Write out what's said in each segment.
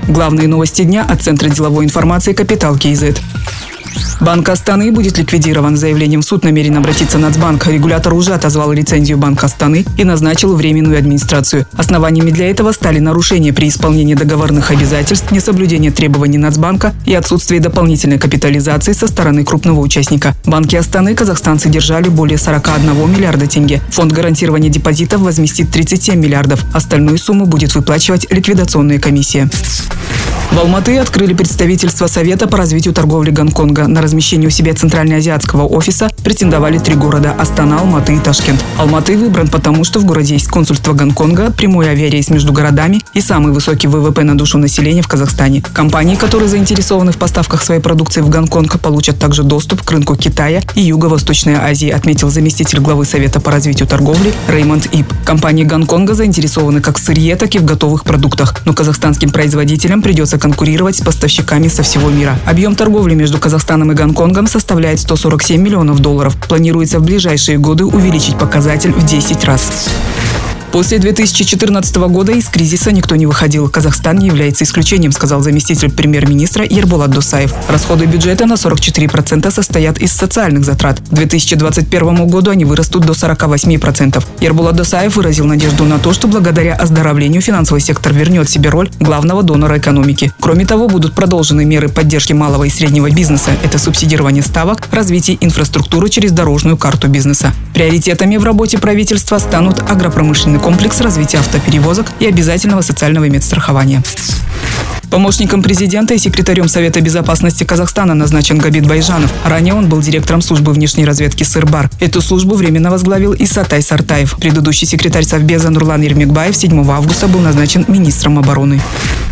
Главные новости дня от Центра деловой информации «Капитал КИЗ». Банк Астаны будет ликвидирован. С заявлением в суд намерен обратиться Нацбанк. Регулятор уже отозвал лицензию Банка Астаны и назначил временную администрацию. Основаниями для этого стали нарушения при исполнении договорных обязательств, несоблюдение требований Нацбанка и отсутствие дополнительной капитализации со стороны крупного участника. Банки Астаны казахстанцы держали более 41 миллиарда тенге. Фонд гарантирования депозитов возместит 37 миллиардов. Остальную сумму будет выплачивать ликвидационная комиссия. В Алматы открыли представительство Совета по развитию торговли Гонконга. На размещение у себя центральноазиатского офиса претендовали 3 города – Астана, Алматы и Ташкент. Алматы выбран потому, что в городе есть консульство Гонконга, прямой авиарейс между городами и самый высокий ВВП на душу населения в Казахстане. Компании, которые заинтересованы в поставках своей продукции в Гонконг, получат также доступ к рынку Китая и Юго-Восточной Азии, отметил заместитель главы Совета по развитию торговли Реймонд Ип. Компании Гонконга заинтересованы как в сырье, так и в готовых продуктах, но казахстанским производителям придется конкурировать с поставщиками со всего мира. Объем торговли между Казахстаном и Гонконгом составляет $147 миллионов. Планируется в ближайшие годы увеличить показатель в 10 раз. После 2014 года из кризиса никто не выходил. Казахстан не является исключением, сказал заместитель премьер-министра Ерболат Досаев. Расходы бюджета на 44% состоят из социальных затрат. К 2021 году они вырастут до 48%. Ерболат Досаев выразил надежду на то, что благодаря оздоровлению финансовый сектор вернет себе роль главного донора экономики. Кроме того, будут продолжены меры поддержки малого и среднего бизнеса. Это субсидирование ставок, развитие инфраструктуры через дорожную карту бизнеса. Приоритетами в работе правительства станут агропромышленный комплекс, развития автоперевозок и обязательного социального медстрахования. Помощником президента и секретарем Совета безопасности Казахстана назначен Габит Байжанов. Ранее он был директором службы внешней разведки Сырбар. Эту службу временно возглавил Исатай Сартаев. Предыдущий секретарь Совбеза Нурлан Ермекбаев 7 августа был назначен министром обороны.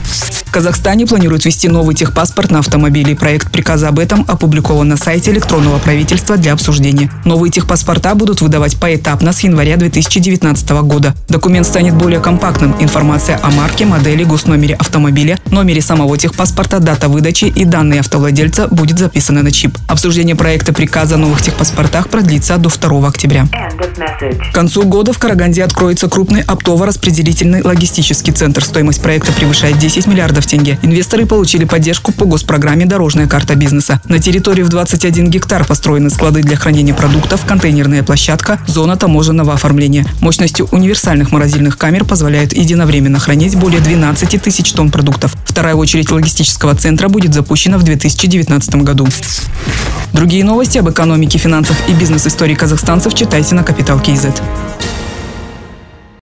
В Казахстане планируют ввести новый техпаспорт на автомобили. Проект приказа об этом опубликован на сайте электронного правительства для обсуждения. Новые техпаспорта будут выдавать поэтапно с января 2019 года. Документ станет более компактным. Информация о марке, модели, госномере автомобиля, номере самого техпаспорта, дата выдачи и данные автовладельца будет записаны на чип. Обсуждение проекта приказа о новых техпаспортах продлится до 2 октября. К концу года в Караганде откроется крупный оптово-распределительный логистический центр. Стоимость проекта превышает 10 миллиардов тенге. Инвесторы получили поддержку по госпрограмме «Дорожная карта бизнеса». На территории в 21 гектар построены склады для хранения продуктов, контейнерная площадка, зона таможенного оформления. Мощностью универсальных морозильных камер позволяют единовременно хранить более 12 тысяч тонн продуктов. Вторая очередь логистического центра будет запущена в 2019 году. Другие новости об экономике, финансах и бизнес-истории казахстанцев читайте на Капитал КИЗ.